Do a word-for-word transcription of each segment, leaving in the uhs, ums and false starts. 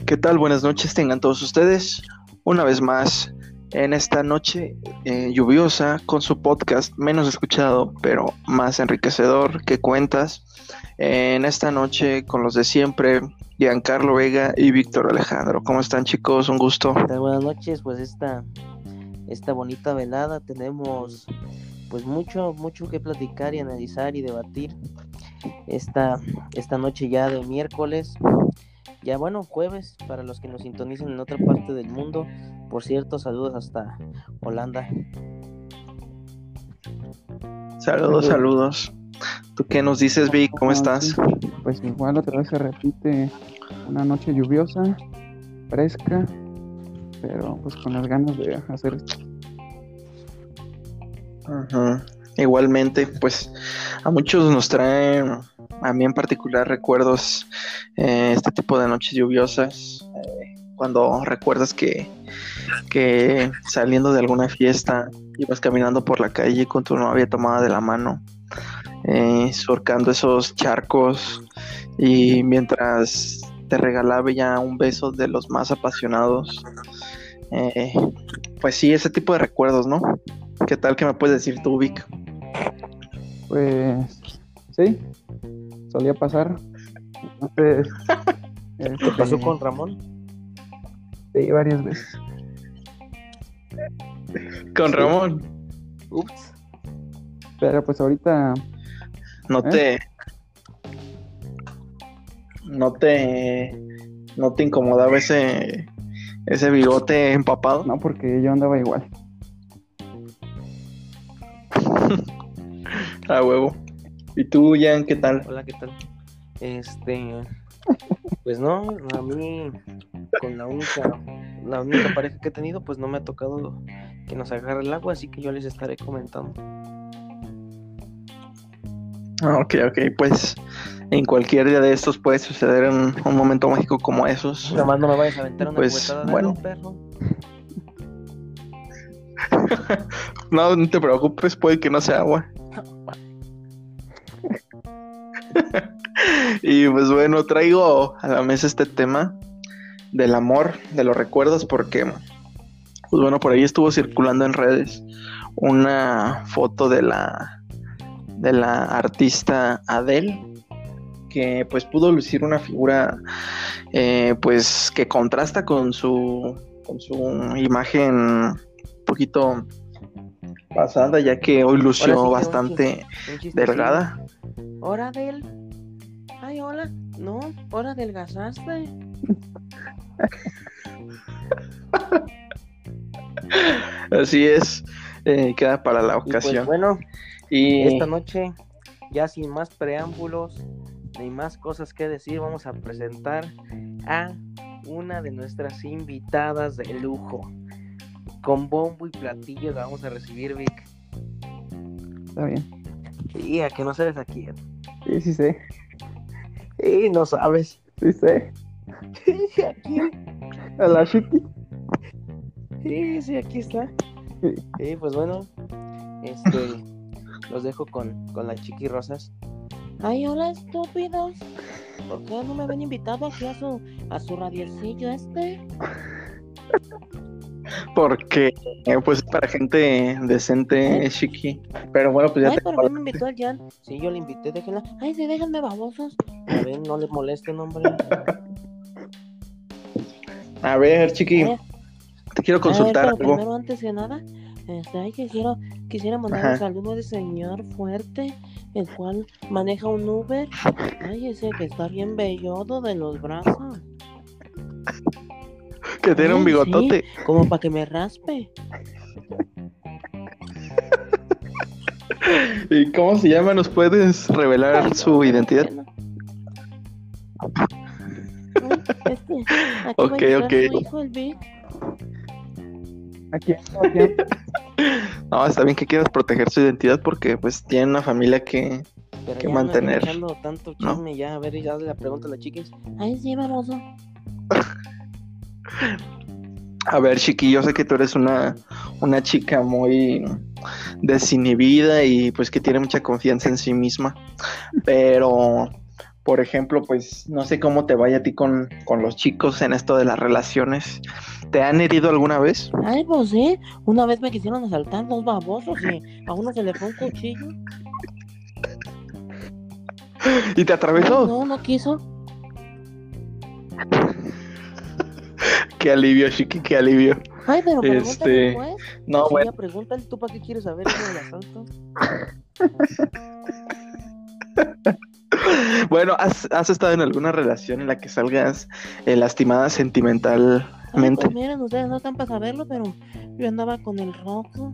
¿Qué tal? Buenas noches tengan todos ustedes. Una vez más en esta noche eh, lluviosa con su podcast menos escuchado pero más enriquecedor que cuentas. Eh, en esta noche con los de siempre, Giancarlo Vega y Víctor Alejandro. ¿Cómo están, chicos? Un gusto. Buenas noches, pues esta, esta bonita velada tenemos pues mucho, mucho que platicar y analizar y debatir. Esta, esta noche ya de miércoles, ya bueno, jueves, para los que nos sintonizan en otra parte del mundo. Por cierto, saludos hasta Holanda. Saludos, saludos. ¿Tú qué nos dices, Vic? ¿Cómo estás? Sí, pues igual otra vez se repite una noche lluviosa, fresca, pero pues con las ganas de hacer esto. Uh-huh. Igualmente, pues a muchos nos trae, a mí en particular, recuerdos eh, este tipo de noches lluviosas, eh, cuando recuerdas que, que saliendo de alguna fiesta ibas caminando por la calle con tu novia tomada de la mano, eh, surcando esos charcos, y mientras te regalaba ya un beso de los más apasionados. Eh, pues sí, ese tipo de recuerdos, ¿no? ¿Qué tal? ¿Qué me puedes decir tú, Vic? Pues sí, solía pasar. Entonces, ¿Qué este, pasó con Ramón? Sí, varias veces. Con Sí. Ramón. Ups. Pero pues ahorita No ¿Eh? te. No te. No te incomodaba ese. Ese bigote empapado. no, porque yo andaba igual. A huevo. ¿Y tú, Jan, qué tal? Hola, ¿qué tal? Este, pues no, a mí con la única, la única pareja que he tenido, pues no me ha tocado que nos agarre el agua, así que yo les estaré comentando. Ah, ok, ok. Pues en cualquier día de estos puede suceder un, un momento mágico como esos. Nada más no me vayas a aventar una Pues, cubetada de bueno. agua, perro. No, no te preocupes, puede que no sea agua. Y pues bueno, traigo a la mesa este tema del amor, de los recuerdos, porque pues bueno, por ahí estuvo circulando en redes una foto de la de la artista Adele, que pues pudo lucir una figura eh, pues que contrasta con su con su imagen un poquito pasada, ya que hoy lució Ahora sí que un bastante chis- un chistecillo. delgada. Hora del, ay, hola, no, hora adelgazaste. Así es, eh, queda para la Y pues ocasión. bueno, Y esta noche, ya sin más preámbulos ni más cosas que decir, vamos a presentar a una de nuestras invitadas de lujo. Con bombo y platillo la vamos a recibir, Vic. Está bien. Y a que no sabes a quién. Sí, sí sé. Y no sabes. Sí sé. ¿A quién? A la Chiqui. Sí, sí, aquí está. Sí. Y pues bueno, este, los dejo con, con la Chiqui Rosas. Ay, hola, estúpidos. ¿Por qué no me habían invitado aquí a su, a su radiecillo este? porque eh, pues para gente decente, ¿Eh? Chiqui. Pero bueno, pues ya Ay, te ¿pero qué me invitó al Jan? Sí, yo le invité, déjenla. Ay, sí, déjenme babosos. A ver, no le molesten, hombre. A ver, Chiqui, Eh, te quiero A ver, consultar pero algo. primero, antes que nada, este, ay, quisiera, quisiera mandar Ajá. un saludo de señor fuerte, el cual maneja un Uber. Ay, ese que está bien velludo de los brazos. Que tiene un Ay, bigotote. sí, como para que me raspe. ¿Y cómo se llama? ¿Nos puedes revelar su identidad? Bueno. Ay, este, aquí Ok, va a llegar ok. su hijo, el Vic. ¿A quién? ¿A quién? No, está bien que quieras proteger su identidad porque pues tiene una familia que... Pero que ya mantener, no echando tanto ¿no? chisme, ya, a ver, ya le pregunto a las chiquis. Ay, sí, baboso. A ver, Chiqui, yo sé que tú eres una, una chica muy desinhibida y pues que tiene mucha confianza en sí misma, pero por ejemplo, pues no sé cómo te vaya a ti con, con los chicos en esto de las relaciones. ¿Te han herido alguna vez? Ay, pues sí, una vez me quisieron asaltar dos babosos y a uno se le fue un cuchillo. ¿Y te No, atravesó? no, no quiso. Qué alivio, Chiqui, qué alivio. Ay, pero pregúntale Este, pues. no, Sí, bueno, ya pregúntale, ¿tú para qué quieres saber eso del asalto? bueno, ¿has, has estado en alguna relación en la que salgas eh, lastimada Ay, sentimentalmente? pues miren, ustedes no están para saberlo, pero yo andaba con el rojo.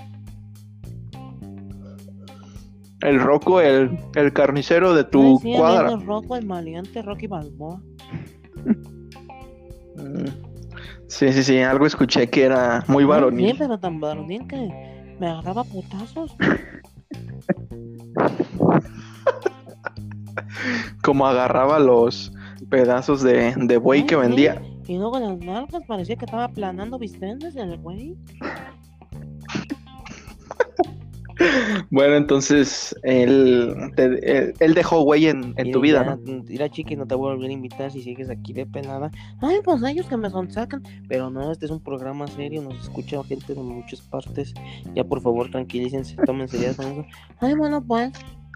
El Rocco, el, el carnicero de Ay, tu sí, el cuadra. verde rojo, el maleante Rocky Balboa. Mm, sí, sí, sí, algo escuché que era muy Ay, sí, varonil. pero tan varonil que me agarraba putazos. Como agarraba los pedazos de, de buey Ay, que sí, vendía. y luego las nalgas parecía que estaba aplanando bisteces el güey. Bueno, entonces él, te- él, él dejó güey en, en tu Miren, vida, ya, ¿no? mira, chiqui, no te voy a volver a invitar si sigues aquí de pelada. Ay, pues ellos que me sonsacan. Pero no, este es un programa serio, nos escucha gente de muchas partes. Ya, por favor, tranquilícense, tomen seriedad con eso. Ay, bueno, pues.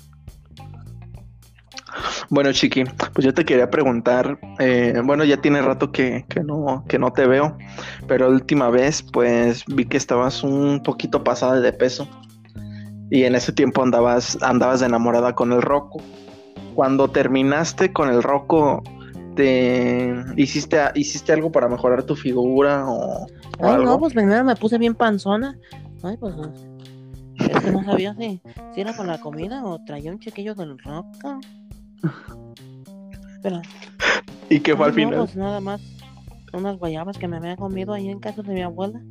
Bueno, Chiqui, pues yo te quería preguntar, eh, bueno, ya tiene rato que, que no, que no te veo, pero la última vez, pues vi que estabas un poquito pasada de peso y en ese tiempo andabas, andabas de enamorada con el Rocco. Cuando terminaste con el Rocco, ¿te hiciste, hiciste algo para mejorar tu figura o, o Ay, no, algo? pues primero me puse bien panzona. Ay, pues es que no sabía si, si era con la comida o traía un chiquillo del roca. Pero, ¿Y qué fue ay, al no, final? pues nada más unas guayabas que me había comido ahí en casa de mi abuela.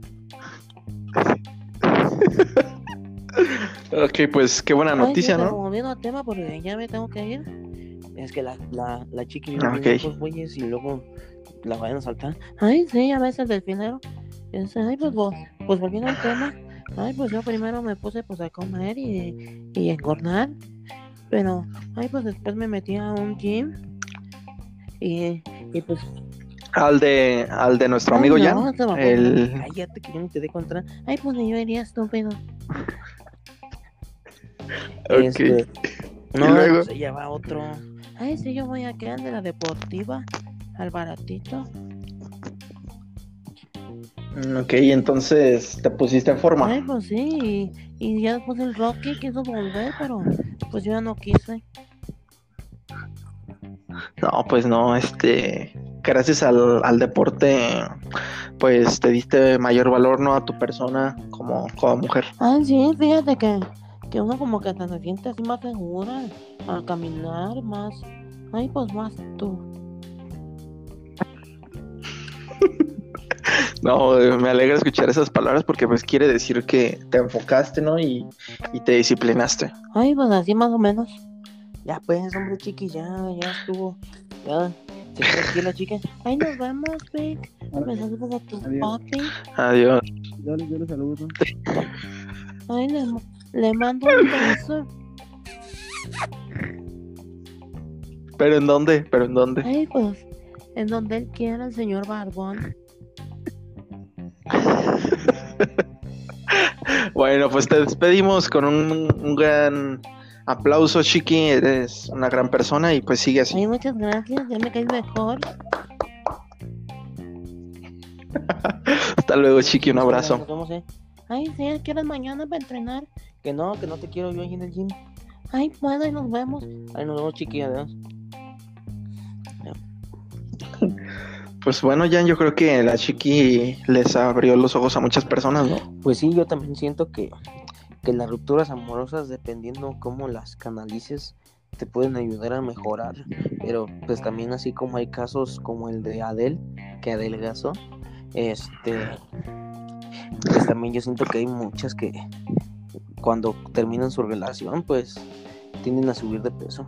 Ok, pues qué buena Ay, sí, noticia, pero ¿no? volviendo al tema porque ya me tengo que ir. Es que la, la, la chiqui vive Ok. bien lejos, güeyes, y luego la vayan a saltar. Ay, sí, a veces del finero. Dice, ay, pues, vo- pues volviendo al tema. Ay, pues yo primero me puse pues a comer y, y engordar. Pero, ay, pues después me metí a un gym y, y pues, Al de, al de nuestro ay, amigo no, Jan, se me fue el nombre. el... Cállate que yo ni te di contra. Ay, pues ni yo iría, estúpido. Ok. Este, Y no, luego, pues ella va a otro. Ay, sí, yo voy a quedar de la deportiva al baratito. mm, ok, entonces te pusiste en Ay, forma. pues sí, y, y ya después el Rocky quiso volver, pero pues yo ya no quise. No, pues no, este, gracias al, al deporte, pues te diste mayor valor, ¿no? A tu persona como, como mujer. Ay, sí, fíjate que, que uno como que hasta se siente así más segura a caminar más. Ay, pues más tú. No, eh, me alegra escuchar esas palabras porque pues quiere decir que te enfocaste, ¿no? Y, y te disciplinaste. Ay, pues así más o menos. Ya pues, hombre, chiqui, ya, ya estuvo. Ya, se fue aquí la chica. Ay, nos vemos, Vic. Me saludas a tu Adiós. papi. Adiós. Yo, le- yo le saludo. Ay, le, le mando un beso. ¿Pero en dónde? ¿Pero en dónde? Ay, pues, en donde él quiera, el señor Barbón. Bueno, pues te despedimos con un, un gran aplauso, Chiqui. Eres una gran persona y pues sigue así. Ay, muchas gracias, ya me caes mejor. Hasta luego, Chiqui. Un abrazo. Nos vemos, eh. Ay, sí, ¿a qué horas mañana para entrenar? Que no, que no te quiero yo ahí en el gym. Ay, bueno, y nos vemos. Ay, nos vemos, chiqui, adiós. Pues bueno, Jan, yo creo que la Chiqui les abrió los ojos a muchas personas, ¿no? Pues sí, yo también siento que, que las rupturas amorosas, dependiendo cómo las canalices, te pueden ayudar a mejorar. Pero pues también así como hay casos como el de Adele, que adelgazó, este, pues también yo siento que hay muchas que cuando terminan su relación, pues tienden a subir de peso.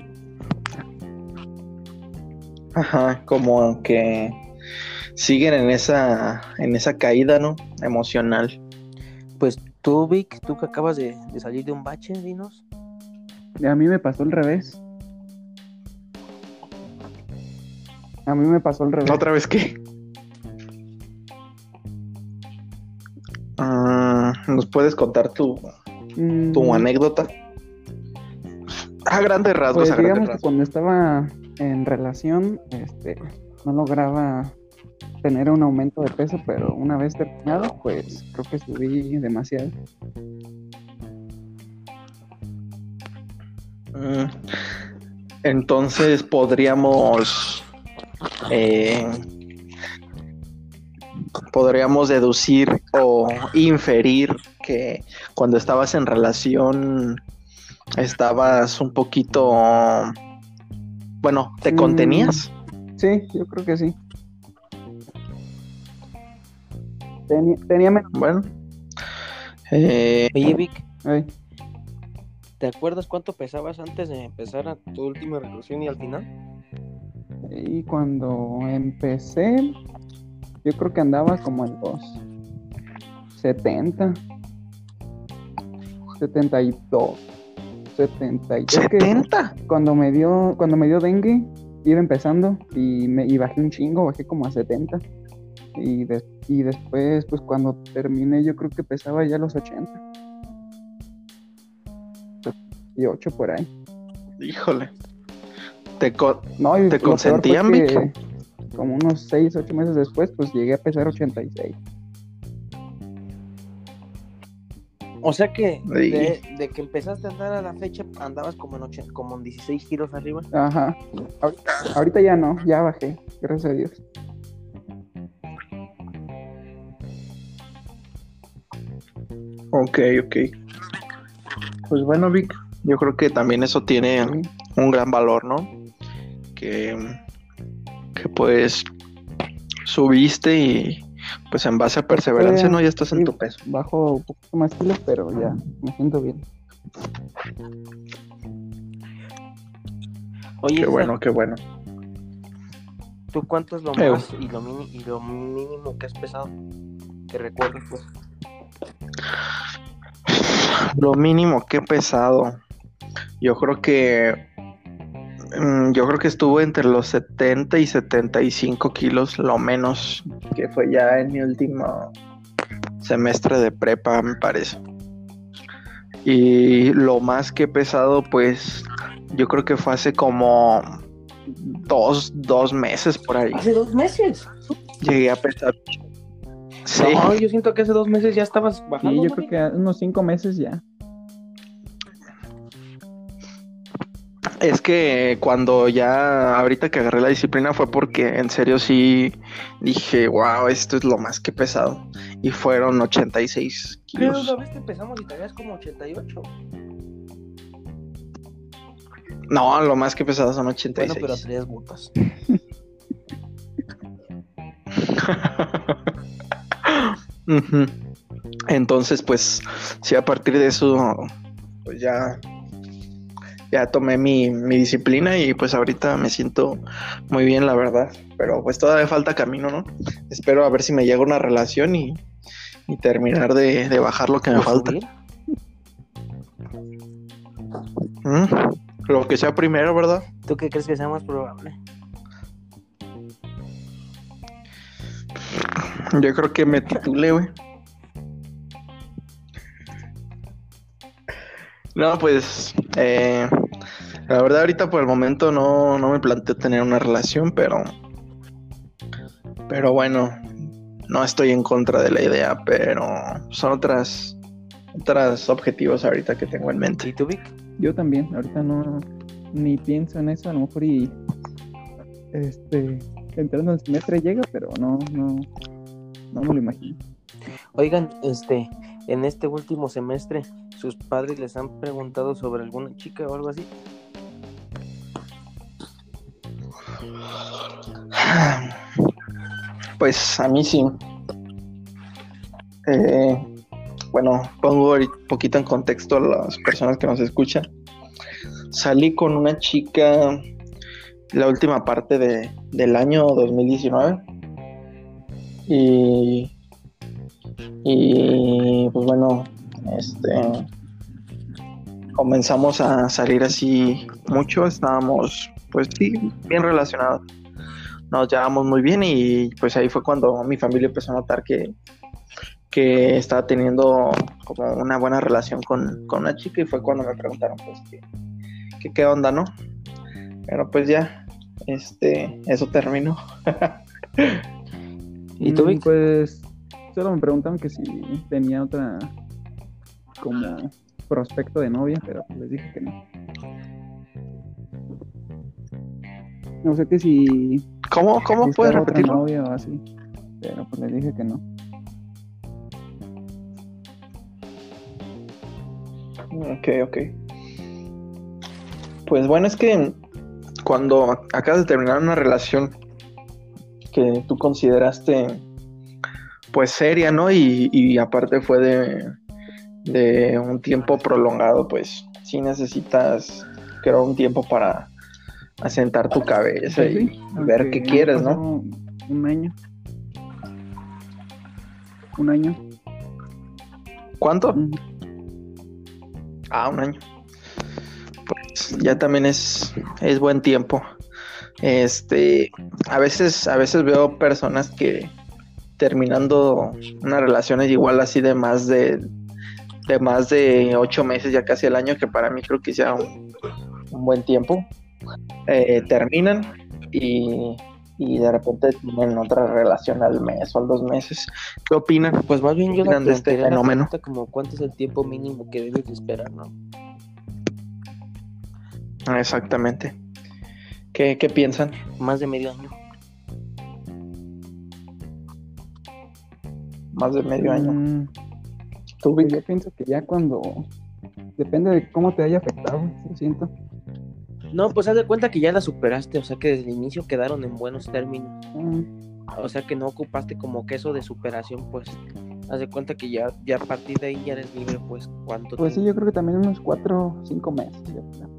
Ajá, como que siguen en esa, en esa caída, ¿no? Emocional. Pues tú, Vic, tú que acabas de, de salir de un bache, dinos. Y a mí me pasó al revés. A mí me pasó al revés. ¿Otra vez qué? Ah, ¿nos puedes contar tu, Mm, tu anécdota? A grandes rasgos, Pues a grandes digamos que rasgos. cuando estaba en relación, este, no lograba tener un aumento de peso, pero una vez terminado, pues creo que subí demasiado. Mm, Entonces podríamos eh, podríamos deducir o inferir que cuando estabas en relación estabas un poquito, bueno, ¿te Mm. contenías? Sí, yo creo que sí. Tenía, tenía menos. Bueno, eh, Oye, Vic, Ay, ¿te acuerdas cuánto pesabas antes de empezar a tu última relación y al final? y cuando empecé, yo creo que andaba como en los setenta, setenta y dos, setenta y es que ¿setenta? cuando me dio, cuando me dio dengue, iba empezando y me y bajé un chingo, bajé como a setenta. Y, de- y después, pues cuando terminé, yo creo que pesaba ya los ochenta y ocho por ahí. Híjole. ¿Te, co- No, y ¿Te lo peor fue consentían, que Vic? como unos seis, ocho meses después, pues llegué a pesar ochenta y seis. O sea que Sí. de, de que empezaste a andar a la fecha andabas como en, ocho, como en dieciséis kilos arriba. Ajá. Ahorita, ahorita ya no, ya bajé, gracias a Dios. Ok, ok. Pues bueno, Vic, yo creo que también eso tiene Sí. un gran valor, ¿no? Que, que pues subiste y pues en base a perseverancia, ¿no? Ya estás en Sí, tu peso. bajo un poquito más kilos, pero ya me siento bien. Oye, Qué Isaac, bueno, qué bueno. ¿tú cuánto es lo Eh. más y lo, mini, y lo mínimo que has pesado? Que recuerdas, pues. Lo mínimo que he pesado, yo creo que mm, yo creo que estuvo entre los setenta y setenta y cinco kilos, lo menos, que fue ya en mi último semestre de prepa, me parece. Y lo más que he pesado, pues, yo creo que fue hace como dos, dos meses por ahí. ¿Hace dos meses? Llegué a pesar. Sí, No, yo siento que hace dos meses ya estabas bajando. Sí, yo ¿no, creo Vic? que a unos cinco meses ya. es que cuando ya, ahorita que agarré la disciplina fue porque en serio sí dije, wow, esto es lo más que he pesado. Y fueron ochenta y seis Creo kilos. una vez que empezamos y te veías como ochenta y ocho. No, lo más que he pesado son ochenta y Bueno, seis. pero traías botas. Ujú. Entonces, pues, sí, a partir de eso, pues ya, ya tomé mi, mi disciplina y pues ahorita me siento muy bien, la verdad. Pero pues todavía falta camino, ¿no? Espero a ver si me llega una relación y, y terminar de, de bajar lo que me ¿O falta. subir? ¿Mm? Lo que sea primero, ¿verdad? ¿Tú qué crees que sea más probable? Yo creo que me titulé, güey. No, pues, eh, la verdad ahorita por el momento no, no me planteo tener una relación, pero, pero bueno, no estoy en contra de la idea, pero son otras, otras objetivos ahorita que tengo en mente. ¿Y tú, Vic? Yo también, ahorita no ni pienso en eso, a lo mejor y este entrando al semestre llega, pero no, no, no me lo imagino. Oigan, este, en este último semestre, ¿sus padres les han preguntado sobre alguna chica o algo así? Pues a mí sí. Eh, bueno, pongo un poquito en contexto a las personas que nos escuchan. Salí con una chica la última parte de, del año dos mil diecinueve y, y pues bueno, este comenzamos a salir así mucho, estábamos pues sí, bien relacionados. nos llevamos muy bien y pues ahí fue cuando mi familia empezó a notar que, que estaba teniendo como una buena relación con, con una chica y fue cuando me preguntaron pues que, que qué onda, ¿no? Pero pues ya, este, eso terminó. ¿Y tú, Mm, Vic? Pues solo me preguntaron que si tenía otra como prospecto de novia, pero pues les dije que no. No sé que si ¿Cómo, cómo puedes buscaba otra repetirlo? novia o así, pero pues les dije que no. Ok, ok. Pues bueno, es que cuando acabas de terminar una relación que tú consideraste pues seria, ¿no? Y, y aparte fue de, de un tiempo prolongado, pues sí necesitas, creo, un tiempo para asentar tu cabeza Pues y, sí, y ver aunque qué quieres, pasó ¿no? Un año. Un año. ¿Cuánto? Ujú. Ah, un año. Pues ya también es, es buen tiempo. Este, a veces, a veces veo personas que terminando una relación es igual así de más de, de más de ocho meses, ya casi el año, que para mí creo que sea un, un buen tiempo. Eh, terminan y, y de repente tienen otra relación al mes o a los dos meses. ¿Qué opinan? Pues más bien ¿Qué yo la opinan de este plantearía la fenómeno? pregunta como cuánto es el tiempo mínimo que debes de esperar, ¿no? Exactamente. ¿Qué, qué piensan? Más de medio año. Más de medio año. Mm, ¿Tú, pues Vic? yo pienso que ya cuando depende de cómo te haya afectado, yo siento. No, pues haz de cuenta que ya la superaste, o sea que desde el inicio quedaron en buenos términos. Mm, O sea que no ocupaste como que eso de superación, pues haz de cuenta que ya, ya a partir de ahí ya eres libre, pues cuánto Pues sí, tiempo. yo creo que también unos cuatro o cinco meses. Yo creo.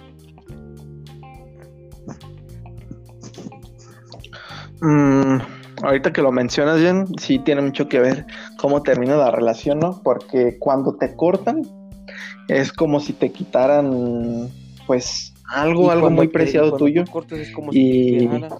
Mm, ahorita que lo mencionas bien, sí tiene mucho que ver cómo termina la relación, ¿no? Porque cuando te cortan es como si te quitaran, pues, algo, Y algo cuando muy te- y preciado cuando tuyo. tú cortas es como si Y, te quedaras.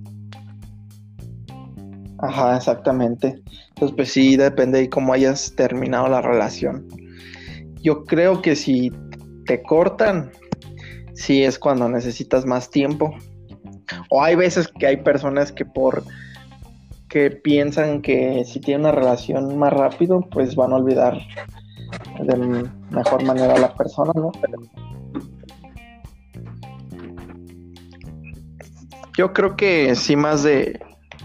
ajá, exactamente. Entonces, pues sí, depende de cómo hayas terminado la relación. Yo creo que si te cortan, sí es cuando necesitas más tiempo. O hay veces que hay personas que por que piensan que si tienen una relación más rápido, pues van a olvidar de mejor manera a la persona, ¿no? Pero yo creo que sí más de...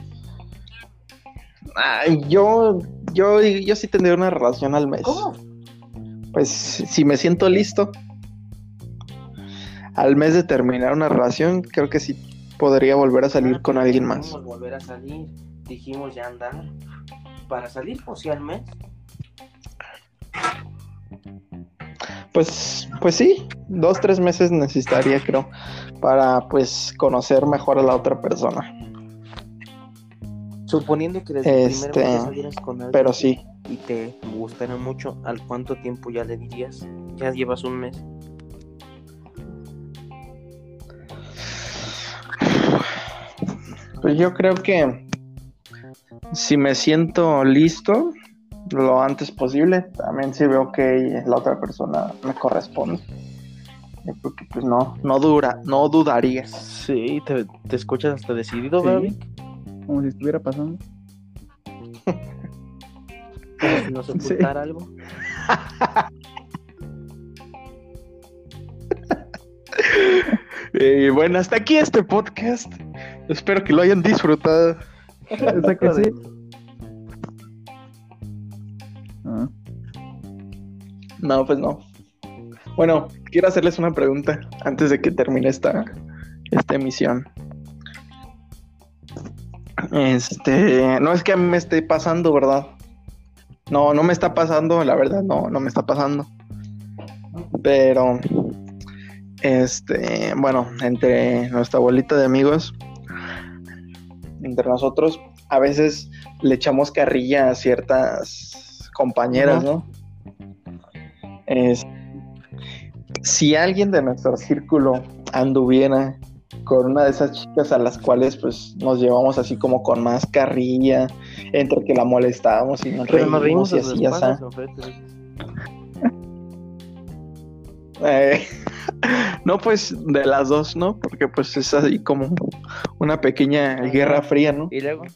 Ay, yo, yo, yo sí tendría una relación al mes. ¿Cómo? Pues si me siento listo, al mes de terminar una relación, creo que sí podría volver a salir Ah, con pero alguien no más. dijimos volver a salir, dijimos ya andar. Para salir, pues sí, al mes. Pues, pues sí, dos, tres meses necesitaría, creo, para pues conocer mejor a la otra persona. Suponiendo que desde el Este, primer mes ya salieras con alguien pero sí. y te gustara mucho, ¿al cuánto tiempo ya le dirías? Ya llevas un mes. Pues yo creo que si me siento listo lo antes posible, también si veo que la otra persona me corresponde. Yo creo que pues no, no dura, no dudaría. Sí, te, te escuchas hasta decidido, Sí. ¿verdad, Vic? Como si estuviera pasando. Como si nos ocultara algo. Eh, bueno, hasta aquí este podcast. Espero que lo hayan disfrutado. O sea que sí. Ah, No, pues no. Bueno, quiero hacerles una pregunta antes de que termine esta, esta emisión. Este, no es que a mí me esté pasando, ¿verdad? No, no me está pasando, la verdad, no, no me está pasando. Pero, este, bueno, entre nuestra bolita de amigos, entre nosotros, a veces le echamos carrilla a ciertas compañeras, Ajá. ¿no? Es, si alguien de nuestro círculo anduviera con una de esas chicas a las cuales pues nos llevamos así como con más carrilla, entre que la molestábamos y nos Pero nos reímos reímos y a sus así, ya espaldas, sabes. enfrente. Eh, no, pues de las dos, ¿no? Porque pues es así como una pequeña Ajá. guerra fría, ¿no? Y luego,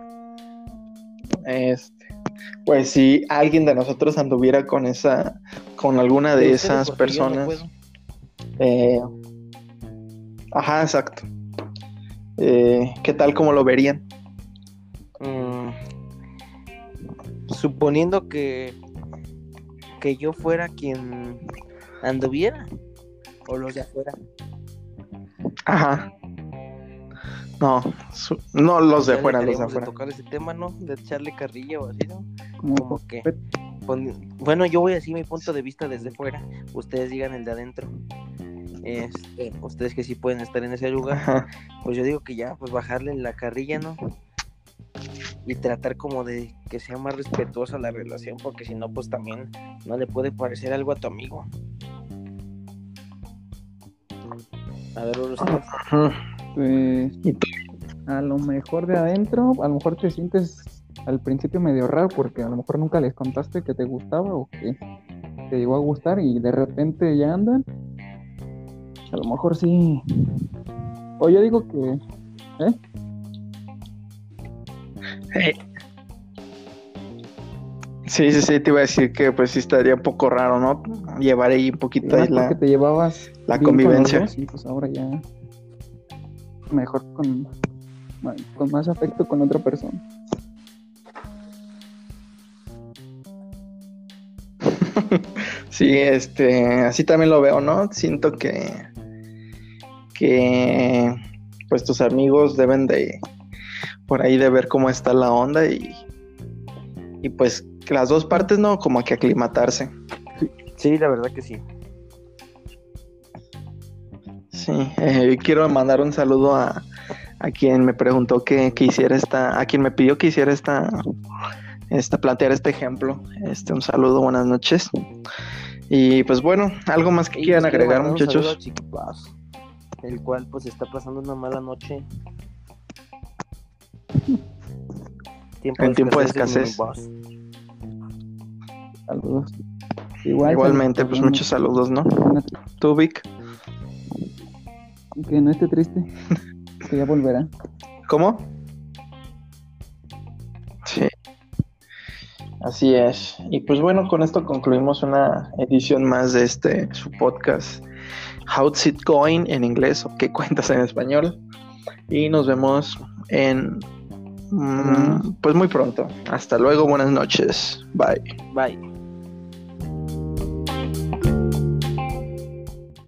Este, pues si alguien de nosotros anduviera con esa, con alguna de, de ustedes, esas porque yo no personas, puedo. eh, ajá, exacto. Eh, ¿qué tal cómo lo verían? Mm, suponiendo que que yo fuera quien anduviera o los de afuera. Ajá. No, su- no los de Ya afuera, los de dejaríamos de afuera. tocar ese tema, ¿no? De echarle carrilla o así, ¿no? Como, Como que pon- bueno, yo voy a decir mi punto de vista desde fuera, ustedes digan el de adentro. Este, ustedes que sí pueden estar en ese lugar, Ajá. pues yo digo que ya, pues bajarle la carrilla, ¿no? Y tratar como de que sea más respetuosa la relación, porque si no, pues también no le puede parecer algo a tu amigo. A ver, Oro, ¿sí? Ujú. pues, ¿Y tú? a lo mejor de adentro, a lo mejor te sientes al principio medio raro porque a lo mejor nunca les contaste que te gustaba o que te llegó a gustar y de repente ya andan. A lo mejor sí. O yo digo que, ¿eh? Eh, Sí, sí, sí, te iba a decir que pues sí estaría un poco raro, ¿no? Llevar ahí un Y poquito más ahí porque la, te llevabas la bien convivencia. con los dos y pues ahora ya mejor con, con más afecto con otra persona. Sí, este, así también lo veo, ¿no? Siento que, que, pues tus amigos deben de, por ahí de ver cómo está la onda y, y pues que las dos partes, ¿no? Como que aclimatarse. Sí, la verdad que sí. Sí, eh, quiero mandar un saludo a, a quien me preguntó que, que hiciera esta, a quien me pidió que hiciera esta, esta, plantear este ejemplo. Este, un saludo, buenas noches. Y pues bueno, algo más que Y quieran les quiero agregar, mandar un saludo muchachos. a Chiquipaz, el cual pues está pasando una mala noche. Tiempo En tiempo de del escasez. miniboss. Saludos. Igual, Igualmente, saludos, pues bueno, muchos saludos, ¿no? una- Tú, Vic. que no esté triste, que ya volverá. ¿Cómo? Sí. Así es. Y pues bueno, con esto concluimos una edición más de este su podcast How's It Going en inglés o qué cuentas en español. Y nos vemos en mm, pues muy pronto. Hasta luego, buenas noches. Bye. Bye.